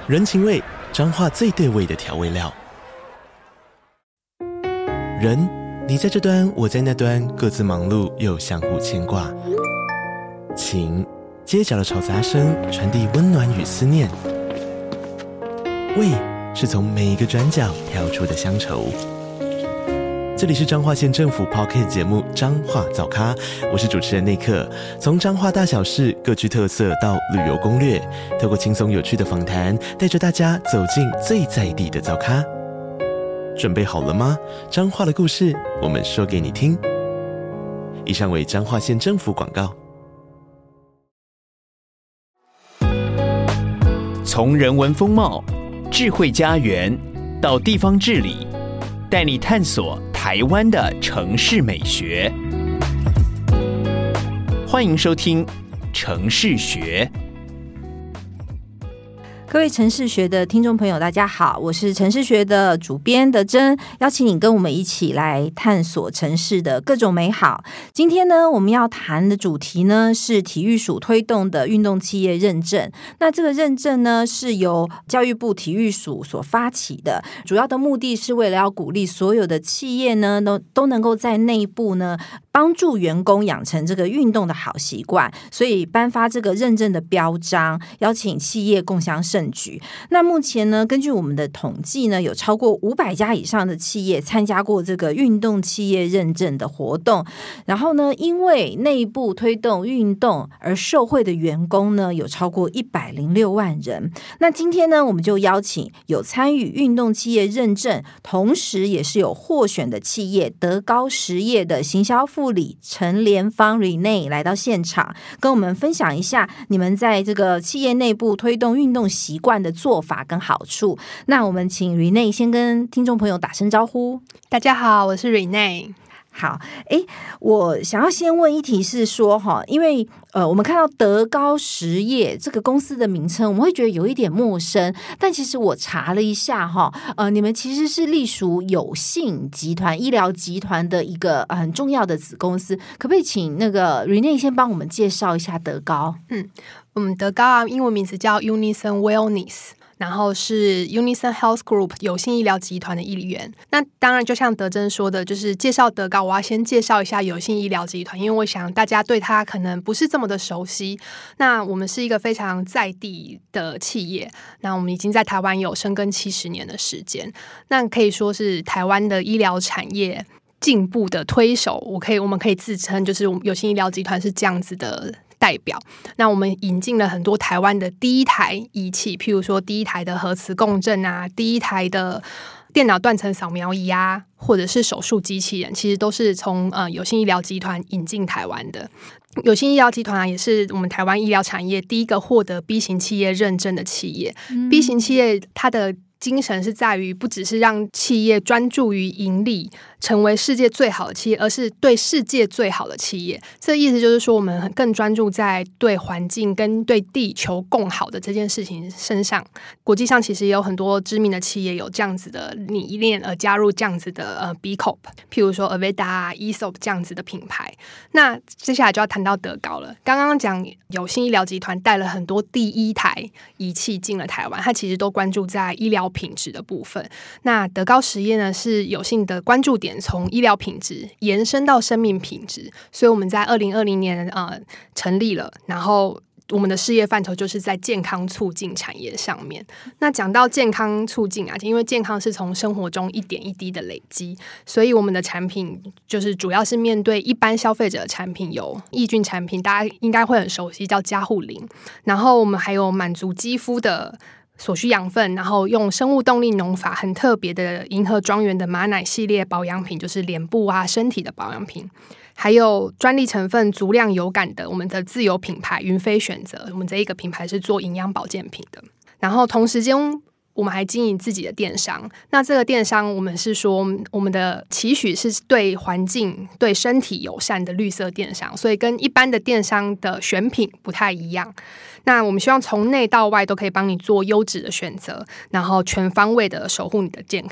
人情味，彰化最对味的调味料。人，你在这端，我在那端，各自忙碌又相互牵挂。情，街角的吵杂声传递温暖与思念。味，是从每一个转角跳出的乡愁。这里是彰化县政府 Podcast 节目《彰化早咖》，我是主持人内克。从彰化大小事各具特色到旅游攻略，透过轻松有趣的访谈，带着大家走进最在地的早咖。准备好了吗？彰化的故事，我们说给你听。以上为彰化县政府广告。 从人文风貌、智慧家园到地方治理，带你探索台湾的城市美学。欢迎收听《城市学》。 各位城市学的听众朋友大家好，我是城市学的主编德珍，邀请你跟我们一起来探索城市的各种美好。今天呢，我们要谈的主题呢是体育署推动的运动企业认证。那这个认证呢是由教育部体育署所发起的，主要的目的是为了要鼓励所有的企业呢都能够在内部呢帮助员工养成这个运动的好习惯，所以颁发这个认证的标章，邀请企业共襄盛举。那目前呢，根据我们的统计呢，有超过500家以上的企业参加过这个运动企业认证的活动。然后呢，因为内部推动运动而受惠的员工呢，有超过106万人。那今天呢，我们就邀请有参与运动企业认证，同时也是有获选的企业德高实业的行销副理陈连芳 Renee 来到现场，跟我们分享一下你们在这个企业内部推动运动习惯的做法跟好处。那我们请 Renee 先跟听众朋友打声招呼。 大家好，我是 Renee。 好，我想要先问一题是说因为我们看到德高实业这个公司的名称，我们会觉得有一点陌生，但其实我查了一下你们其实是隶属友信集团医疗集团的一个很重要的子公司，可不可以请那个 Renee 先帮我们介绍一下德高？ 德高英文名字叫 Unison Wellness，然后是 Unison Health Group 友信医疗集团的一员。那当然就像德珍说的，就是介绍德高，我要先介绍一下友信医疗集团，因为我想大家对它可能不是这么的熟悉。那我们是一个非常在地的企业，那我们已经在台湾有深耕70年的时间，那可以说是台湾的医疗产业进步的推手，我们可以自称就是友信医疗集团是这样子的代表。那我们引进了很多台湾的第一台仪器，譬如说第一台的核磁共振啊，第一台的电脑断层扫描仪啊，或者是手术机器人，其实都是从友信医疗集团引进台湾的。友信医疗集团也是我们台湾医疗产业第一个获得 B 型企业认证的企业。B 型企业它的精神是在于不只是让企业专注于盈利，成为世界最好的企业，而是对世界最好的企业。这意思就是说，我们更专注在对环境跟对地球共好的这件事情身上。国际上其实也有很多知名的企业有这样子的理念而加入这样子的B Corp， 譬如说 Aveda、ESOP 这样子的品牌。那接下来就要谈到德高了。刚刚讲友信医疗集团带了很多第一台仪器进了台湾，它其实都关注在医疗品质的部分。那德高实业呢，是友信的关注点从医疗品质延伸到生命品质，所以我们在2020年成立了，然后我们的事业范畴就是在健康促进产业上面。那讲到健康促进因为健康是从生活中一点一滴的累积，所以我们的产品就是主要是面对一般消费者的产品，有抑菌产品，大家应该会很熟悉，叫加护灵。然后我们还有满足肌肤的所需养分，然后用生物动力农法很特别的银河庄园的马奶系列保养品，就是脸部身体的保养品。还有专利成分足量有感的我们的自有品牌云飞选择，我们这一个品牌是做营养保健品的。然后同时间我们还经营自己的电商，那这个电商我们是说我们的期许是对环境对身体友善的绿色电商，所以跟一般的电商的选品不太一样。那我们希望从内到外都可以帮你做优质的选择，然后全方位的守护你的健康。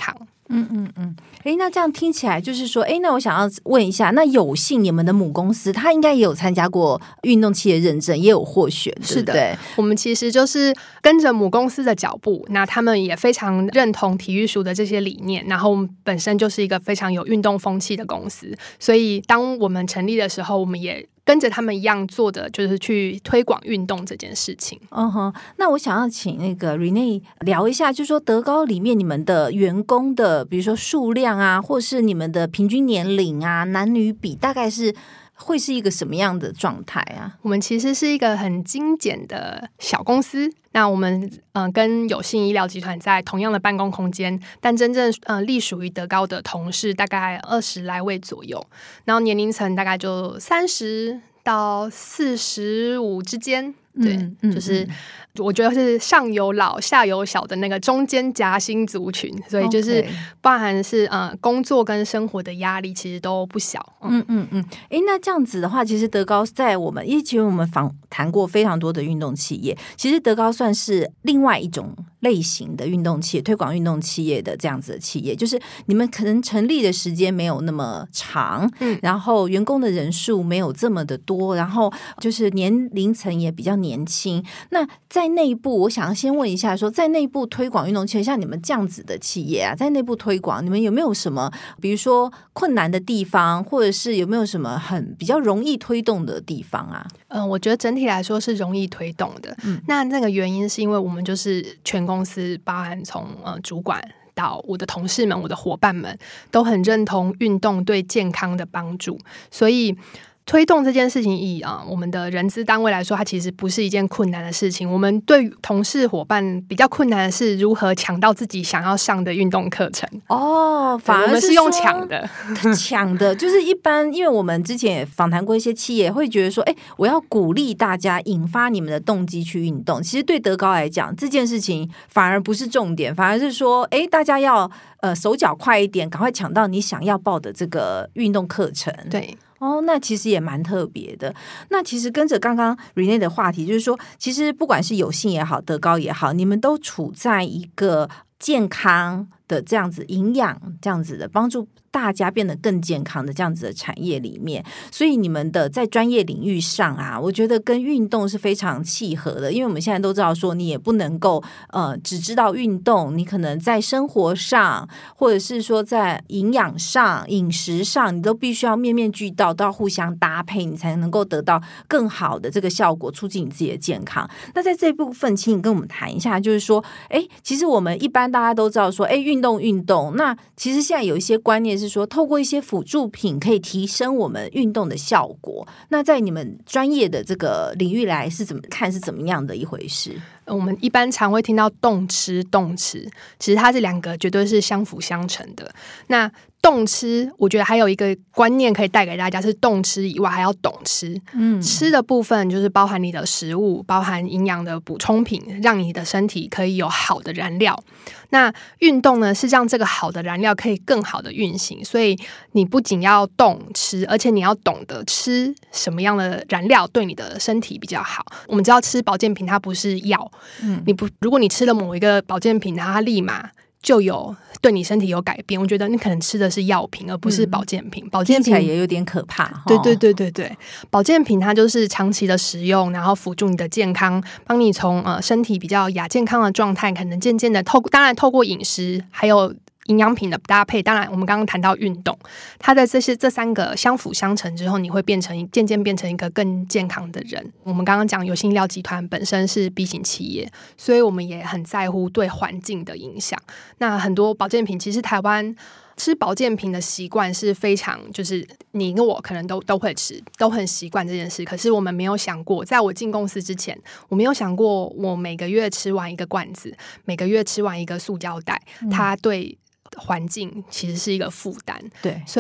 那这样听起来就是说，那我想要问一下，那有幸你们的母公司，它应该也有参加过运动企业认证，也有获选，对不对？ 是的，我们其实就是跟着母公司的脚步，那他们也非常认同体育署的这些理念，然后我们本身就是一个非常有运动风气的公司，所以当我们成立的时候，我们也跟着他们一样做的就是去推广运动这件事情。 那我想要请那个 Renee 聊一下，就是说德高里面你们的员工的，比如说数量啊，或是你们的平均年龄啊，男女比大概是会是一个什么样的状态啊？ 我们其实是一个很精简的小公司，那我们跟有幸医疗集团在同样的办公空间，但真正隶属于德高的同事大概20来位左右，然后年龄层大概就30到45之间。对，就是我觉得是上有老下有小的那个中间夹心族群，所以就是包含是工作跟生活的压力其实都不小。 那这样子的话，其实德高在我们，因为其实我们访谈过非常多的运动企业，其实德高算是另外一种类型的运动企业，推广运动企业的这样子的企业，就是你们可能成立的时间没有那么长，然后员工的人数没有这么的多，然后就是年龄层也比较年轻。那在内部，我想要先问一下说，在内部推广运动企业，像你们这样子的企业啊，在内部推广，你们有没有什么，比如说困难的地方，或者是有没有什么很比较容易推动的地方啊？ 我觉得整体来说是容易推动的。那个原因是因为我们就是全公司，包含从主管到我的同事们、我的伙伴们，都很认同运动对健康的帮助，所以推动这件事情以我们的人资单位来说，它其实不是一件困难的事情。我们对同事伙伴比较困难的是如何抢到自己想要上的运动课程。 反而我们是用抢的， 抢的就是一般，因为我们之前也访谈过一些企业，会觉得说，我要鼓励大家，引发你们的动机去运动。其实对德高来讲，这件事情反而不是重点，反而是说，大家要手脚快一点，赶快抢到你想要报的这个运动课程。 对。 那其实也蛮特别的。那其实跟着刚刚 Renee 的话题，就是说，其实不管是有幸也好，德高也好，你们都处在一个健康的这样子营养这样子的帮助大家变得更健康的这样子的产业里面，所以你们的在专业领域上啊，我觉得跟运动是非常契合的。因为我们现在都知道说，你也不能够只知道运动，你可能在生活上，或者是说在营养上、饮食上，你都必须要面面俱到，都要互相搭配，你才能够得到更好的这个效果，促进你自己的健康。那在这部分，请你跟我们谈一下，就是说，其实我们一般大家都知道说，运动，那其实现在有一些观念是说，透过一些辅助品可以提升我们运动的效果。那在你们专业的这个领域来是怎么看，是怎么样的一回事？ 我们一般常会听到动吃，其实它这两个绝对是相辅相成的。那动吃，我觉得还有一个观念可以带给大家，是动吃以外还要懂吃。吃的部分就是包含你的食物，包含营养的补充品，让你的身体可以有好的燃料。那运动呢，是让这个好的燃料可以更好的运行，所以你不仅要动吃，而且你要懂得吃什么样的燃料对你的身体比较好。我们知道吃保健品它不是药，如果你吃了某一个保健品，它立马就有对你身体有改变，我觉得你可能吃的是药品而不是保健品。保健品也有点可怕。 对，保健品它就是长期的食用，然后辅助你的健康，帮你从身体比较亚健康的状态，可能渐渐的当然透过饮食还有营养品的搭配，当然我们刚刚谈到运动，它的这三个相辅相成之后，你会渐渐变成一个更健康的人。我们刚刚讲有幸医疗集团本身是 B 型企业，所以我们也很在乎对环境的影响。那很多保健品，其实台湾吃保健品的习惯是非常，就是你跟我可能都会吃，都很习惯这件事。可是我们没有想过，在我进公司之前，我没有想过我每个月吃完一个罐子，每个月吃完一个塑胶袋，它对环境其实是一个负担。 对， 所以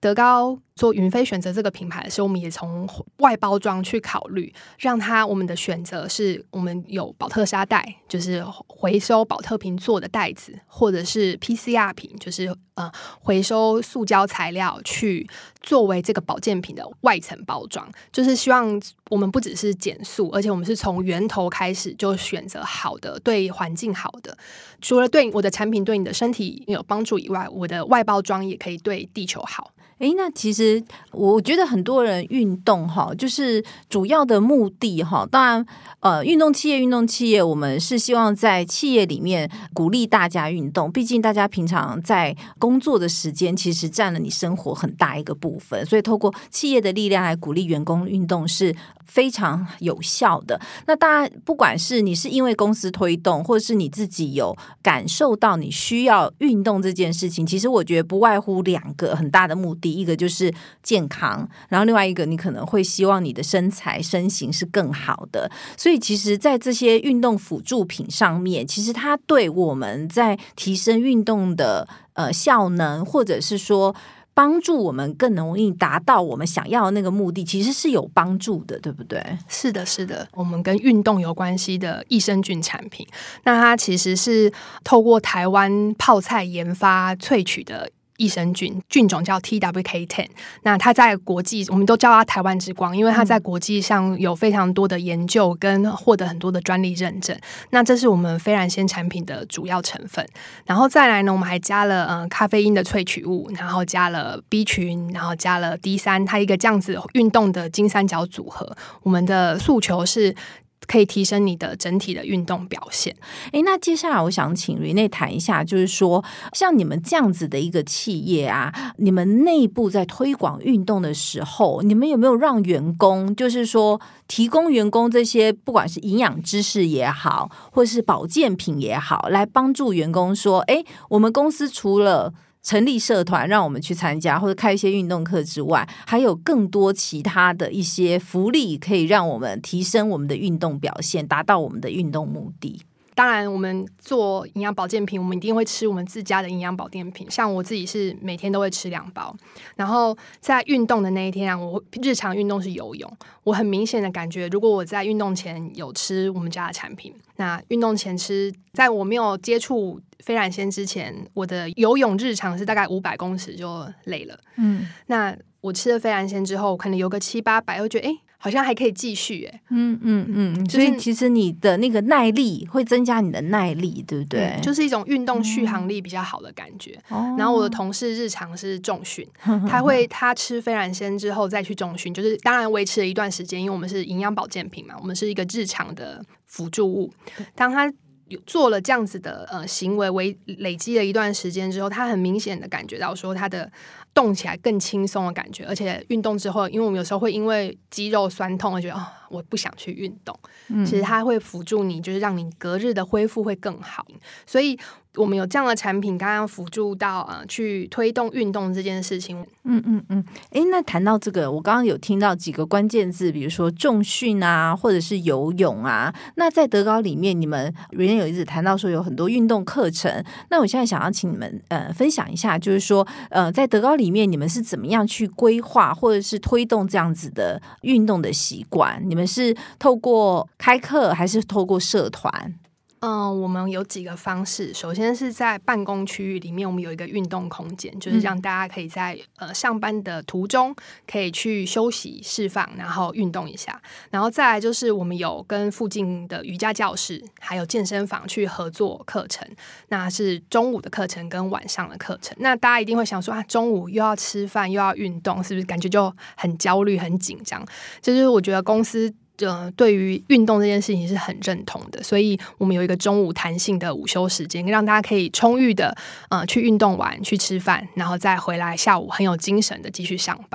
德高做云飞选择这个品牌的时候，我们也从外包装去考虑，让我们的选择是我们有宝特沙袋，就是回收宝特瓶做的袋子，或者是 PCR 瓶，就是回收塑胶材料去作为这个保健品的外层包装，就是希望我们不只是减塑，而且我们是从源头开始就选择好的，对环境好的。除了对我的产品对你的身体有帮助以外，我的外包装也可以对地球好。 那其实我觉得很多人运动就是主要的目的当然运动企业我们是希望在企业里面鼓励大家运动，毕竟大家平常在工作的时间其实占了你生活很大一个部分，所以透过企业的力量来鼓励员工运动是非常有效的。那当然不管是你是因为公司推动，或者是你自己有感受到你需要运动这件事情，其实我觉得不外乎2个很大的目的，一个就是健康，然后另外一个你可能会希望你的身材身形是更好的。所以其实在这些运动辅助品上面，其实它对我们在提升运动的效能，或者是说帮助我们更容易达到我们想要的那个目的，其实是有帮助的，对不对？ 是的，是的。我们跟运动有关系的益生菌产品，那它其实是透过台湾泡菜研发萃取的益生菌，菌种叫 TWK10。 那它在国际我们都叫它台湾之光，因为它在国际上有非常多的研究跟获得很多的专利认证。那这是我们非然仙产品的主要成分。然后再来呢，我们还加了咖啡因的萃取物，然后加了 B 群，然后加了 D3， 它一个这样子运动的金三角组合。我们的诉求是可以提升你的整体的运动表现。 那接下来我想请 Renee 谈一下，就是说像你们这样子的一个企业啊，你们内部在推广运动的时候，你们有没有让员工，就是说提供员工这些不管是营养知识也好，或是保健品也好，来帮助员工说我们公司除了成立社团让我们去参加或者开一些运动课之外，还有更多其他的一些福利可以让我们提升我们的运动表现，达到我们的运动目的。 当然我们做营养保健品，我们一定会吃我们自家的营养保健品，像我自己是每天都会吃2包。然后在运动的那一天我日常运动是游泳，我很明显的感觉，如果我在运动前有吃我们家的产品，那运动前吃，在我没有接触非然仙之前，我的游泳日常是大概500公尺就累了。那我吃了非然仙之后，可能游个700-800，又觉得好像还可以继续所以其实你的那个耐力会增加你的耐力，对不对？ 就是一种运动续航力比较好的感觉。然后我的同事日常是重训，他吃非然仙之后再去重训，就是当然维持了一段时间，因为我们是营养保健品嘛，我们是一个日常的辅助物。当他做了这样子的行为累积了一段时间之后，他很明显的感觉到说他的动起来更轻松的感觉，而且运动之后，因为我们有时候会因为肌肉酸痛而觉得我不想去运动，其实它会辅助你，就是让你隔日的恢复会更好。所以我们有这样的产品，刚刚辅助到去推动运动这件事情。 那谈到这个，我刚刚有听到几个关键字，比如说重训啊，或者是游泳啊。那在德高里面，你们Renee有一直谈到说有很多运动课程。那我现在想要请你们分享一下，就是说在德高里面，你们是怎么样去规划或者是推动这样子的运动的习惯？你们是透过开课还是透过社团？ 我们有几个方式。首先是在办公区域里面，我们有一个运动空间，就是让大家可以在上班的途中可以去休息释放，然后运动一下。然后再来就是我们有跟附近的瑜伽教室还有健身房去合作课程，那是中午的课程跟晚上的课程。那大家一定会想说中午又要吃饭又要运动，是不是感觉就很焦虑很紧张？就是我觉得公司对于运动这件事情是很认同的，所以我们有一个中午弹性的午休时间，让大家可以充裕的去运动完去吃饭，然后再回来下午很有精神的继续上班。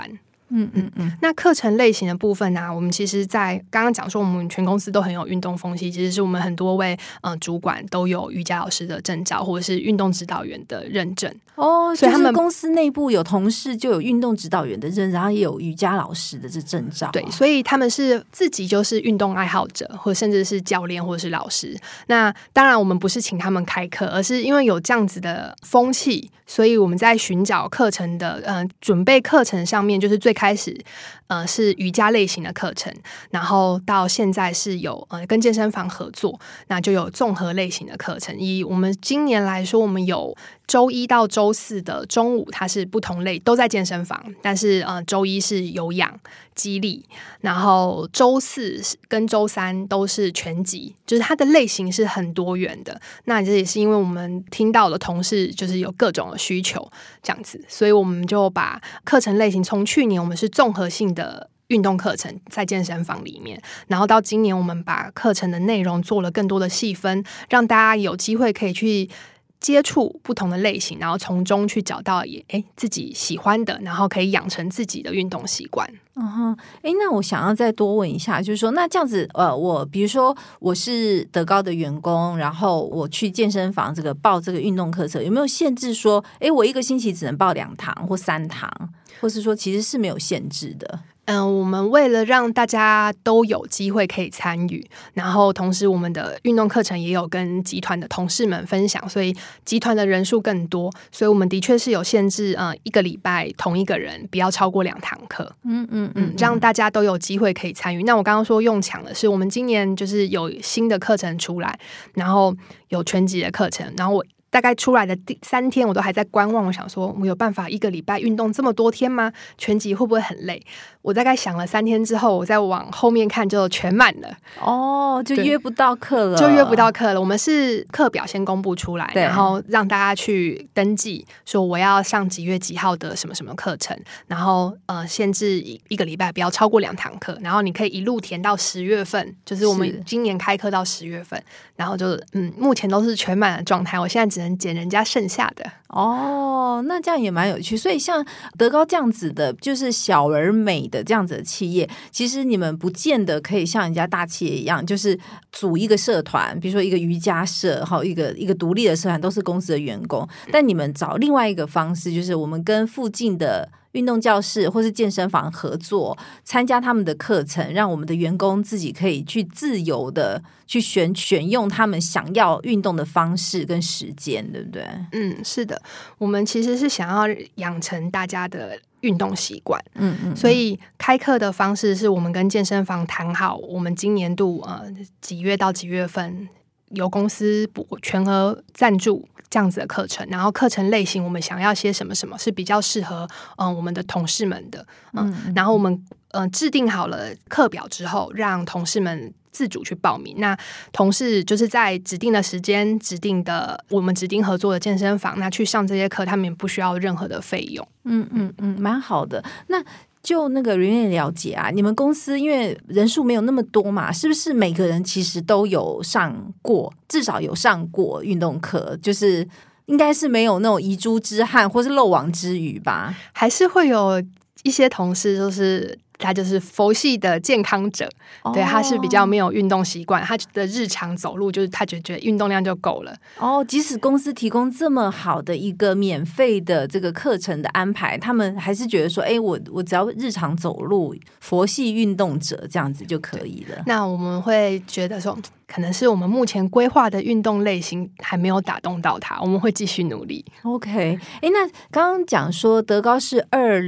那课程类型的部分呢，我们其实在刚刚讲说，我们全公司都很有运动风气，其实是我们很多位主管都有瑜伽老师的证照，或者是运动指导员的认证。 所以他们公司内部有同事就有运动指导员的证，然后也有瑜伽老师的这证照。 对，所以他们是自己就是运动爱好者，或者甚至是教练或者是老师。那当然我们不是请他们开课，而是因为有这样子的风气，所以我们在寻找课程的准备课程上面，就是最开始是瑜伽类型的课程，然后到现在是有跟健身房合作，那就有综合类型的课程。以我们今年来说，我们有周一到周四的中午，它是不同类，都在健身房，但是周一是有氧肌力，然后周四跟周三都是拳击，就是它的类型是很多元的。那这也是因为我们听到的同事就是有各种的需求这样子，所以我们就把课程类型从去年我们是综合性的运动课程在健身房里面，然后到今年我们把课程的内容做了更多的细分，让大家有机会可以去接触不同的类型，然后从中去找到自己喜欢的，然后可以养成自己的运动习惯。 那我想要再多问一下，就是说，那这样子，我比如说我是德高的员工，然后我去健身房报这个运动课程，有没有限制说，我一个星期只能报2堂或3堂，或是说其实是没有限制的？ 我们为了让大家都有机会可以参与，然后同时我们的运动课程也有跟集团的同事们分享，所以集团的人数更多，所以我们的确是有限制，一个礼拜同一个人不要超过2堂课，让大家都有机会可以参与。那我刚刚说用抢的是，我们今年就是有新的课程出来，然后有拳击的课程，然后我大概出来的第3天我都还在观望，我想说我有办法一个礼拜运动这么多天吗？拳击会不会很累？我大概想了3天之后，我再往后面看就全满了。 就约不到课了。我们是课表先公布出来，然后让大家去登记说我要上几月几号的什么什么课程，然后限制一个礼拜不要超过2堂课，然后你可以一路填到10月份，就是我们今年开课到10月份，然后就目前都是全满的状态，我现在只能捡人家剩下的。 那这样也蛮有趣。所以像德高这样子的就是小而美的这样子的企业，其实你们不见得可以像人家大企业一样，就是组一个社团，比如说一个瑜伽社，一个独立的社团，都是公司的员工，但你们找另外一个方式，就是我们跟附近的运动教室或是健身房合作，参加他们的课程，让我们的员工自己可以去自由的去选用他们想要运动的方式跟时间，对不对？ 是的，我们其实是想要养成大家的运动习惯，所以开课的方式是我们跟健身房谈好，我们今年度几月到几月份由公司全额赞助这样子的课程，然后课程类型我们想要些什么是比较适合我们的同事们的，然后我们制定好了课表之后，让同事们自主去报名。那同事就是在指定的时间、我们指定合作的健身房，那去上这些课，他们也不需要任何的费用。 蛮好的。那就那个Renee了解啊，你们公司因为人数没有那么多嘛，是不是每个人其实都有上过，至少有上过运动课，就是应该是没有那种遗珠之憾或是漏网之鱼吧？ 还是会有一些同事就是他就是佛系的健康者，对，他是比较没有运动习惯，他的日常走路就是他觉得运动量就够了。 即使公司提供这么好的一个免费的这个课程的安排，他们还是觉得说，我只要日常走路，佛系运动者这样子就可以了。 那我们会觉得说，可能是我们目前规划的运动类型还没有打动到他，我们会继续努力。 OK， 那刚刚讲说德高是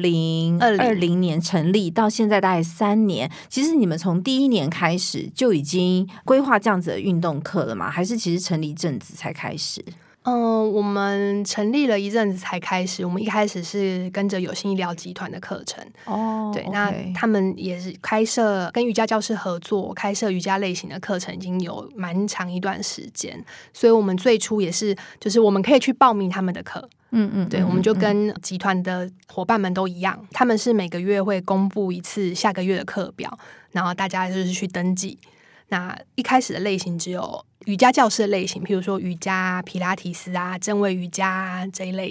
2020年成立到现在大概3年，其实你们从第1年开始就已经规划这样子的运动课了吗？还是其实成立一阵子才开始？ 我们成立了一阵子才开始，我们一开始是跟着有心医疗集团的课程。 对， okay. 那他们也是开设跟瑜伽教室合作，开设瑜伽类型的课程已经有蛮长一段时间，所以我们最初也是就是我们可以去报名他们的课。对，我们就跟集团的伙伴们都一样，他们是每个月会公布一次下个月的课表，然后大家就是去登记。那一开始的类型只有瑜伽教室的类型，譬如说瑜伽、皮拉提斯啊、正位瑜伽这一类的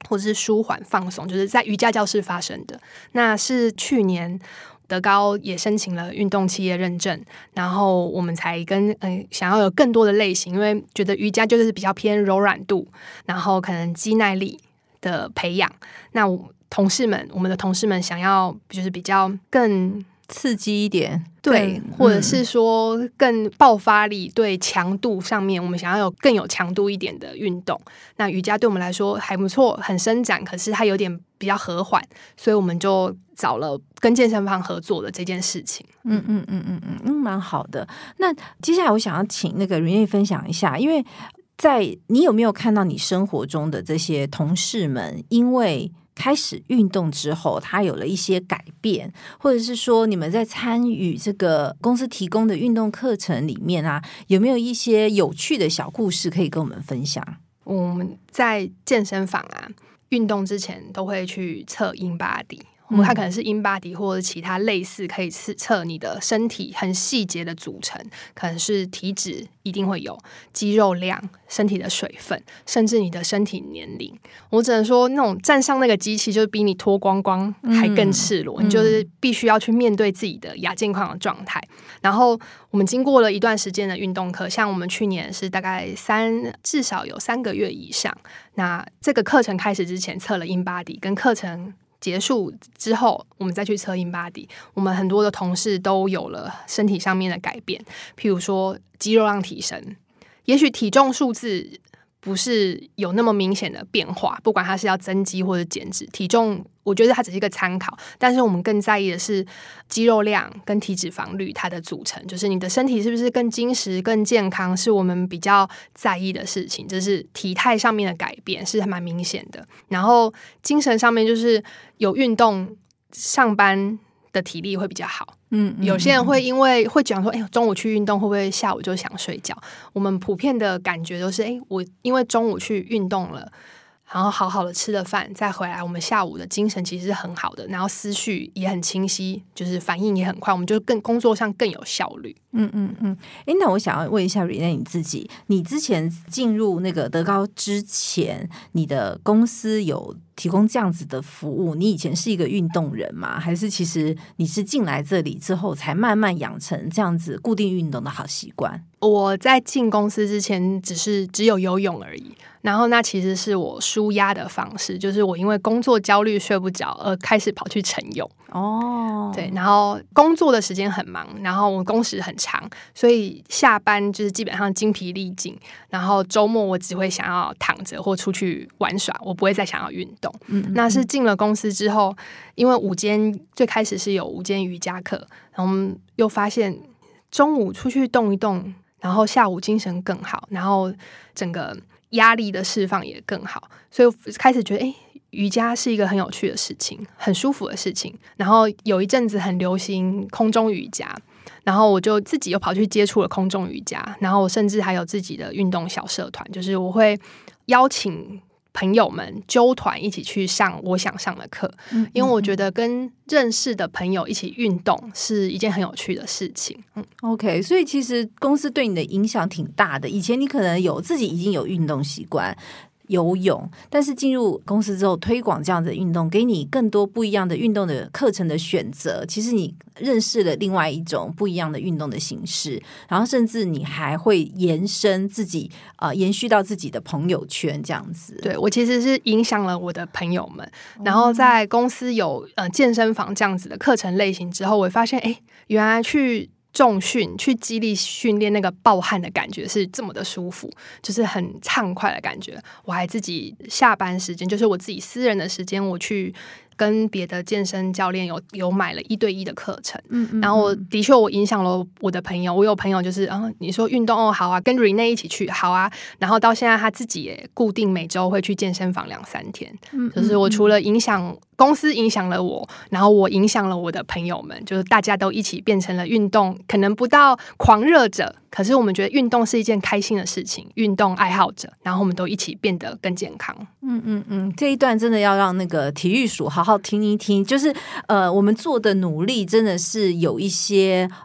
或者是舒缓放松，就是在瑜伽教室发生的。那是去年德高也申请了运动企业认证，然后我们才想要有更多的类型，因为觉得瑜伽就是比较偏柔软度，然后可能肌耐力的培养。那我们的同事们想要就是比较更刺激一点， 对，或者是说更爆发力，对强度上面我们想要有更有强度一点的运动。那瑜伽对我们来说还不错，很伸展，可是它有点比较和缓，所以我们就找了跟健身房合作的这件事情。 蛮好的。那接下来我想要请那个 Renee 分享一下，因为你有没有看到你生活中的这些同事们因为开始运动之后他有了一些改变，或者是说你们在参与这个公司提供的运动课程里面啊，有没有一些有趣的小故事可以跟我们分享？ 我们在健身房啊运动之前都会去测 InBody，它可能是 InBody 或者其他类似可以测你的身体很细节的组成，可能是体脂一定会有，肌肉量、身体的水分，甚至你的身体年龄。我只能说那种站上那个机器就是比你脱光光还更赤裸，你就是必须要去面对自己的亚健康的状态。然后我们经过了一段时间的运动课，像我们去年是大概至少有3个月以上。那这个课程开始之前测了 InBody， 跟课程结束之后我们再去测 InBody， 我们很多的同事都有了身体上面的改变，譬如说肌肉量提升，也许体重数字不是有那么明显的变化，不管它是要增肌或者减脂，体重我觉得它只是一个参考，但是我们更在意的是肌肉量跟体脂肪率它的组成，就是你的身体是不是更精实更健康，是我们比较在意的事情。这是体态上面的改变是蛮明显的，然后精神上面就是有运动上班的体力会比较好。有些人会因为会讲说中午去运动会不会下午就想睡觉，我们普遍的感觉都是我因为中午去运动了，然后好好的吃了饭再回来，我们下午的精神其实是很好的，然后思绪也很清晰，就是反应也很快，我们就工作上更有效率。 那我想要问一下 Renee 你自己，你之前进入那个德高之前，你的公司有提供这样子的服务？你以前是一个运动人吗？还是其实你是进来这里之后才慢慢养成这样子固定运动的好习惯？ 我在进公司之前只有游泳而已，然后那其实是我抒压的方式，就是我因为工作焦虑睡不着而开始跑去晨泳。对，然后工作的时间很忙，然后我工时很长，所以下班就是基本上精疲力尽，然后周末我只会想要躺着或出去玩耍，我不会再想要运动。那是进了公司之后，因为最开始是有午间瑜伽课，然后我们又发现中午出去动一动，然后下午精神更好，然后整个压力的释放也更好，所以我开始觉得瑜伽是一个很有趣的事情，很舒服的事情。然后有一阵子很流行空中瑜伽，然后我就自己又跑去接触了空中瑜伽，然后我甚至还有自己的运动小社团，就是我会邀请朋友们揪团一起去上我想上的课，因为我觉得跟认识的朋友一起运动是一件很有趣的事情。 OK， 所以其实公司对你的影响挺大的。以前你可能自己已经有运动习惯，游泳，但是进入公司之后推广这样的运动，给你更多不一样的运动的课程的选择，其实你认识了另外一种不一样的运动的形式，然后甚至你还会延伸自己延续到自己的朋友圈这样子。 对，我其实是影响了我的朋友们，然后在公司有健身房这样子的课程类型之后，我会发现原来去重训去肌力训练那个暴汗的感觉是这么的舒服，就是很畅快的感觉。我还自己下班时间，就是我自己私人的时间，我去跟别的健身教练有买了1对1的课程。然后的确我影响了我的朋友，我有朋友就是你说运动好啊，跟 Renee 一起去好啊，然后到现在他自己也固定每周会去健身房2-3天。就是我除了影响公司影响了我，然后我影响了我的朋友们，就是大家都一起变成了运动，可能不到狂热者，可是我们觉得运动是一件开心的事情，运动爱好者，然后我们都一起变得更健康。 这一段真的要让那个体育署好好听一听，就是我们做的努力真的是有一些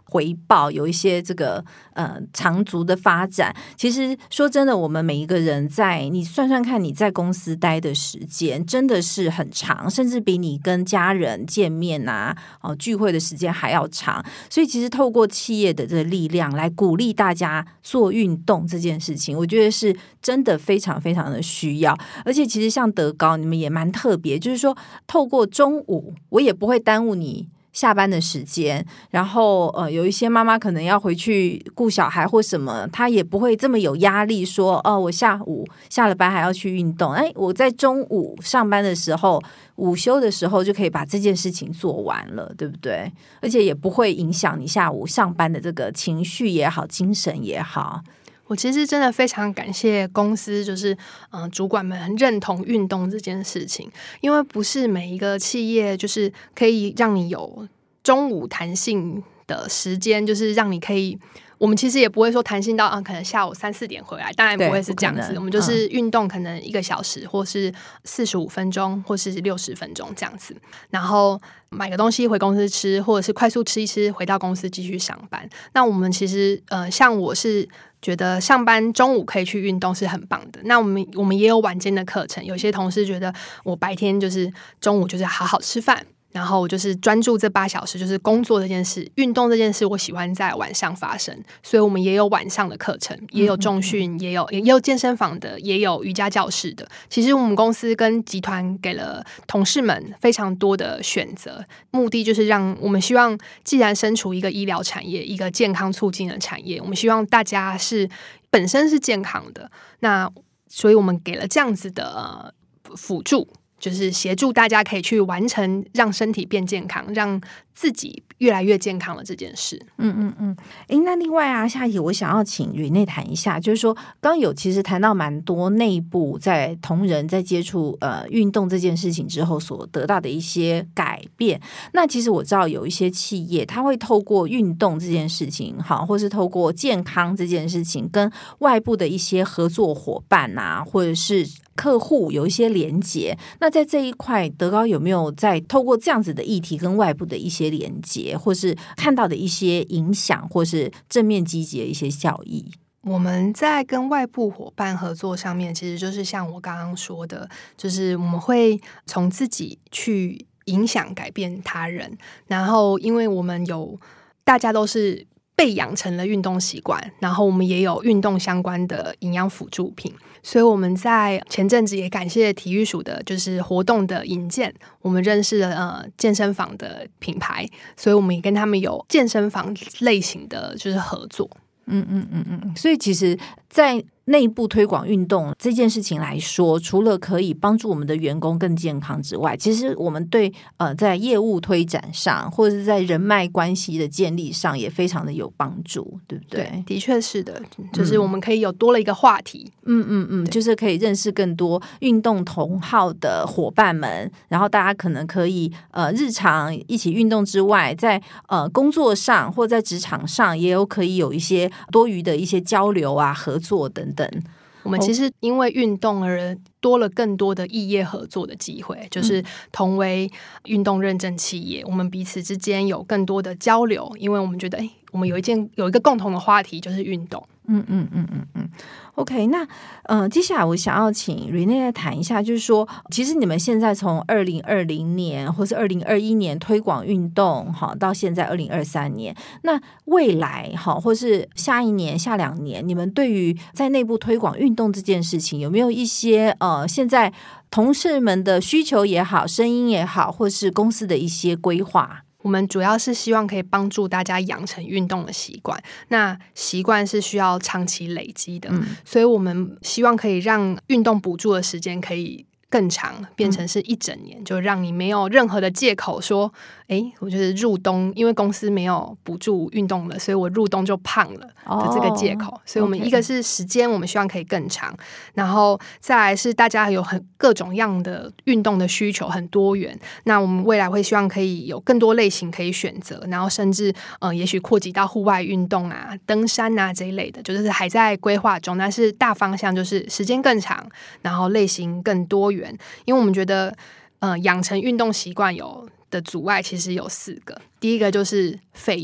回报，有一些这个长足的发展。其实说真的，我们每一个人你算算看，你在公司待的时间真的是很长，甚至比你跟家人见面聚会的时间还要长。所以其实透过企业的这个力量来鼓励大家做运动这件事情，我觉得是真的非常非常的需要。而且其实像德高你们也蛮特别，就是说透过中午我也不会耽误你下班的时间，然后有一些妈妈可能要回去顾小孩或什么，她也不会这么有压力说我下午下了班还要去运动，我在中午上班的时候午休的时候就可以把这件事情做完了，对不对？而且也不会影响你下午上班的这个情绪也好，精神也好。 我其实真的非常感谢公司，就是主管们很认同运动这件事情，因为不是每一个企业就是可以让你有中午弹性的时间，就是让你可以。我们其实也不会说弹性到可能下午3、4点回来，当然不会是这样子。我们就是运动可能1个小时，或是45分钟，或是60分钟这样子。然后买个东西回公司吃，或者是快速吃一吃，回到公司继续上班。那我们其实像我是觉得上班中午可以去运动是很棒的。那我们也有晚间的课程，有些同事觉得我白天就是中午就是好好吃饭。然后我就是专注这8小时，就是工作这件事，运动这件事，我喜欢在晚上发生，所以我们也有晚上的课程，也有重训，也有健身房的，也有瑜伽教室的。其实我们公司跟集团给了同事们非常多的选择，目的就是让我们希望，既然身处一个医疗产业，一个健康促进的产业，我们希望大家是本身是健康的，那所以我们给了这样子的辅助。就是协助大家可以去完成让身体变健康，让自己越来越健康的这件事。 那另外下一题我想要请Renee谈一下，就是说刚有其实谈到蛮多内部在同仁在接触运动这件事情之后所得到的一些改变。那其实我知道有一些企业它会透过运动这件事情或是透过健康这件事情跟外部的一些合作伙伴或者是客户有一些连结。那在这一块德高有没有在透过这样子的议题跟外部的一些连结，或是看到的一些影响，或是正面积极的一些效益？ 我们在跟外部伙伴合作上面，其实就是像我刚刚说的，就是我们会从自己去影响改变他人，然后因为我们大家都是被养成了运动习惯，然后我们也有运动相关的营养辅助品，所以我们在前阵子也感谢体育署的就是活动的引荐，我们认识了健身房的品牌，所以我们也跟他们有健身房类型的就是合作。 所以其实在内部推广运动这件事情来说，除了可以帮助我们的员工更健康之外，其实我们对在业务推展上或者是在人脉关系的建立上也非常的有帮助，对不对？ 对，的确是的，就是我们可以有多了一个话题。 就是可以认识更多运动同好的伙伴们，然后大家可能可以日常一起运动之外，在工作上或在职场上也有可以有一些多余的一些交流合作等等。 我们其实因为运动而多了更多的异业合作的机会，就是同为运动认证企业，我们彼此之间有更多的交流，因为我们觉得我们有一个共同的话题，就是运动。 OK， 那接下来我想要请 Renee 谈一下，就是说其实你们现在从2020年或是2021年推广运动到现在2023年，那未来或是下一年下2年，你们对于在内部推广运动这件事情有没有一些现在同事们的需求也好，声音也好，或是公司的一些规划？ 我们主要是希望可以帮助大家养成运动的习惯，那习惯是需要长期累积的，所以我们希望可以让运动补助的时间可以更长，变成是1整年，就让你没有任何的借口说我就是入冬，因为公司没有补助运动了，所以我入冬就胖了的这个借口。所以我们一个是时间，我们希望可以更长，然后再来是大家有各种样的运动的需求很多元，那我们未来会希望可以有更多类型可以选择，然后甚至也许扩及到户外运动登山这一类的，就是还在规划中，但是大方向就是时间更长，然后类型更多元。因为我们觉得养成运动习惯的阻碍其实有4个。第一个就是费用，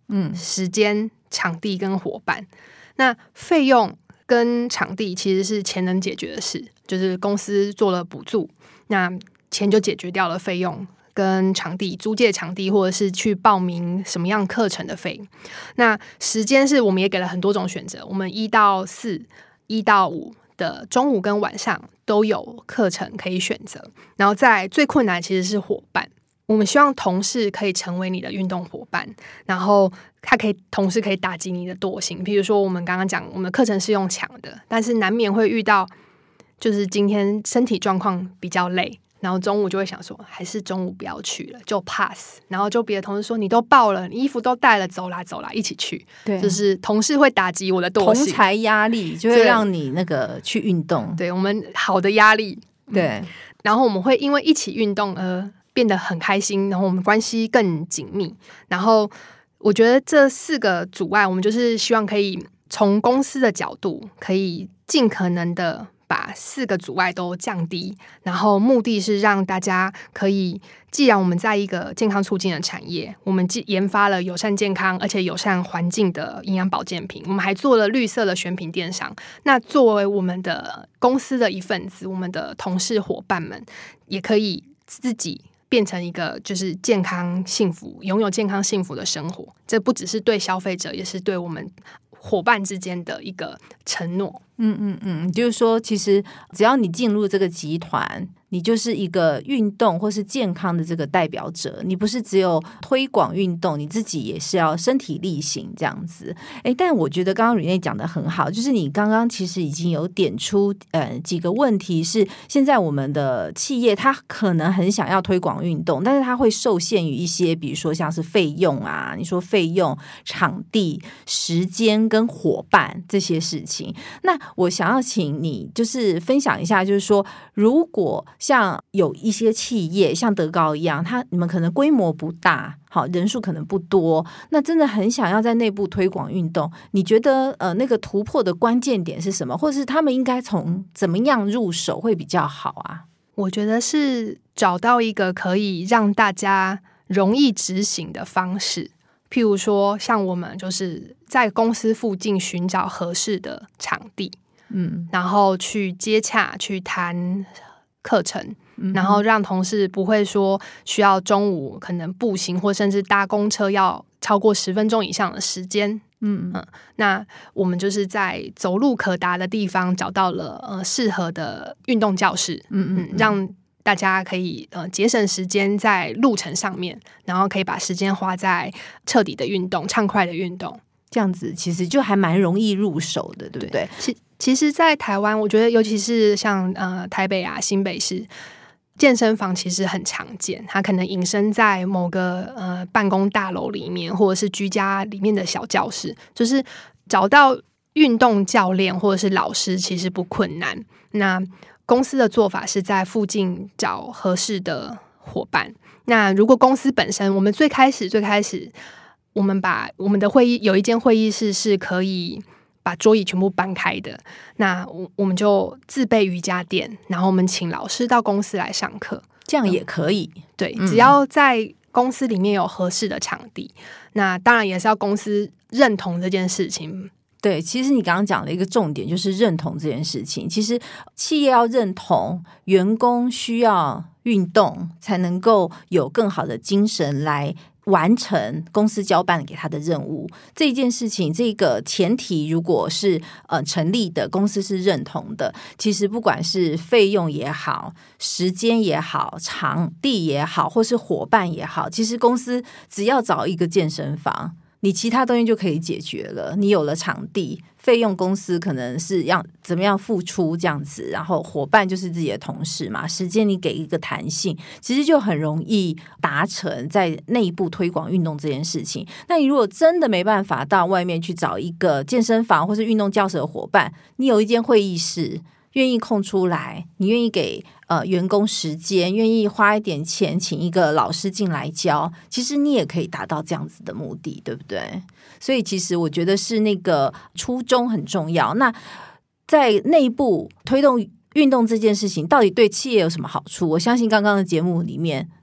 时间、场地跟伙伴。那费用跟场地其实是钱能解决的事，就是公司做了补助，那钱就解决掉了费用跟场地租借场地或者是去报名什么样课程的费。那时间是我们也给了很多种选择，我们1到4、1到5的中午跟晚上都有课程可以选择。然后再来最困难其实是伙伴，我们希望同事可以成为你的运动伙伴，然后他同时可以打击你的惰性。比如说我们刚刚讲我们的课程是用抢的，但是难免会遇到就是今天身体状况比较累，然后中午就会想说还是中午不要去了，就 pass。 然后就别的同事说你都报了，你衣服都带了，走啦走啦一起去。对，就是同事会打击我的惰性， 同侪压力就会让你那个去运动。 对，我们好的压力。对，然后我们会因为一起运动而变得很开心，然后我们关系更紧密。然后我觉得这4个阻碍，我们就是希望可以从公司的角度可以尽可能的把4个阻碍都降低，然后目的是让大家可以，既然我们在一个健康促进的产业，我们研发了友善健康而且友善环境的营养保健品，我们还做了绿色的选品电商。那作为我们的公司的一份子，我们的同事伙伴们也可以自己变成一个就是健康幸福，拥有健康幸福的生活。这不只是对消费者，也是对我们伙伴之间的一个承诺。 就是说其实只要你进入这个集团，你就是一个运动或是健康的这个代表者，你不是只有推广运动，你自己也是要身体力行这样子。但我觉得刚刚Renee讲得很好，就是你刚刚其实已经有点出几个问题，是现在我们的企业它可能很想要推广运动，但是它会受限于一些比如说像是费用啊，你说费用、场地、时间跟伙伴这些事情。那我想要请你就是分享一下，就是说如果像有一些企业像德高一样，你们可能规模不大，好，人数可能不多，那真的很想要在内部推广运动，你觉得那个突破的关键点是什么，或者是他们应该从怎么样入手会比较好啊？ 我觉得是找到一个可以让大家容易执行的方式，譬如说像我们就是在公司附近寻找合适的场地，然后去接洽去谈课程，然后让同事不会说需要中午可能步行或甚至搭公车要超过10分钟以上的时间。那我们就是在走路可达的地方找到了适合的运动教室，让大家可以节省时间在路程上面，然后可以把时间花在彻底的运动、畅快的运动， 这样子其实就还蛮容易入手的，对不对？ 其实在台湾我觉得尤其是像台北啊新北市，健身房其实很常见，它可能隐身在某个办公大楼里面，或者是居家里面的小教室，就是找到运动教练或者是老师其实不困难。那公司的做法是在附近找合适的伙伴。那如果公司本身，我们最开始我们把我们的会议有一间会议室是可以把桌椅全部搬开的，那我们就自备瑜伽垫，然后我们请老师到公司来上课， 这样也可以。 对，只要在公司里面有合适的场地，那当然也是要公司认同这件事情。 对，其实你刚刚讲了一个重点，就是认同这件事情。其实企业要认同员工需要运动，才能够有更好的精神来完成公司交办给他的任务。这件事情，这个前提如果是成立的，公司是认同的，其实不管是费用也好、时间也好、场地也好，或是伙伴也好，其实公司只要找一个健身房，你其他东西就可以解决了。你有了场地，费用公司可能是要怎么样付出这样子，然后伙伴就是自己的同事嘛，时间你给一个弹性，其实就很容易达成在内部推广运动这件事情。那你如果真的没办法到外面去找一个健身房或是运动教室的伙伴，你有一间会议室愿意空出来，你愿意给员工时间，愿意花一点钱请一个老师进来教，其实你也可以达到这样子的目的，对不对？所以其实我觉得是那个初衷很重要。那在内部推动运动这件事情到底对企业有什么好处？我相信刚刚的节目里面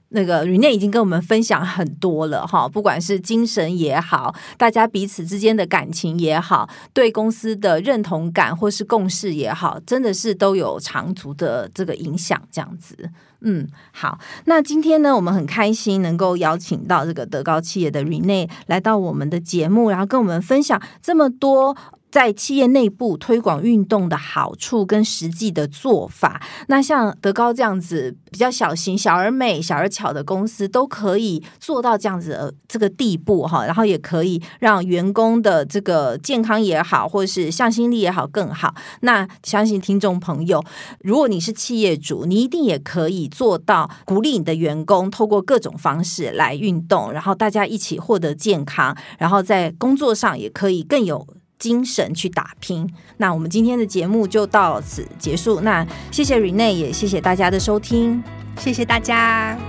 那个 Renee 已经跟我们分享很多了哈，不管是精神也好，大家彼此之间的感情也好，对公司的认同感或是共识也好，真的是都有长足的这个影响这样子。好，那今天呢，我们很开心能够邀请到这个德高企业的 Renee 来到我们的节目，然后跟我们分享这么多在企业内部推广运动的好处跟实际的做法。那像德高这样子比较小型、小而美、小而巧的公司，都可以做到这样子的这个地步哈，然后也可以让员工的这个健康也好，或是向心力也好更好。那相信听众朋友，如果你是企业主，你一定也可以做到鼓励你的员工透过各种方式来运动，然后大家一起获得健康，然后在工作上也可以更有精神去打拼。那我们今天的节目就到此结束，那谢谢 Renee， 也谢谢大家的收听， 谢谢大家。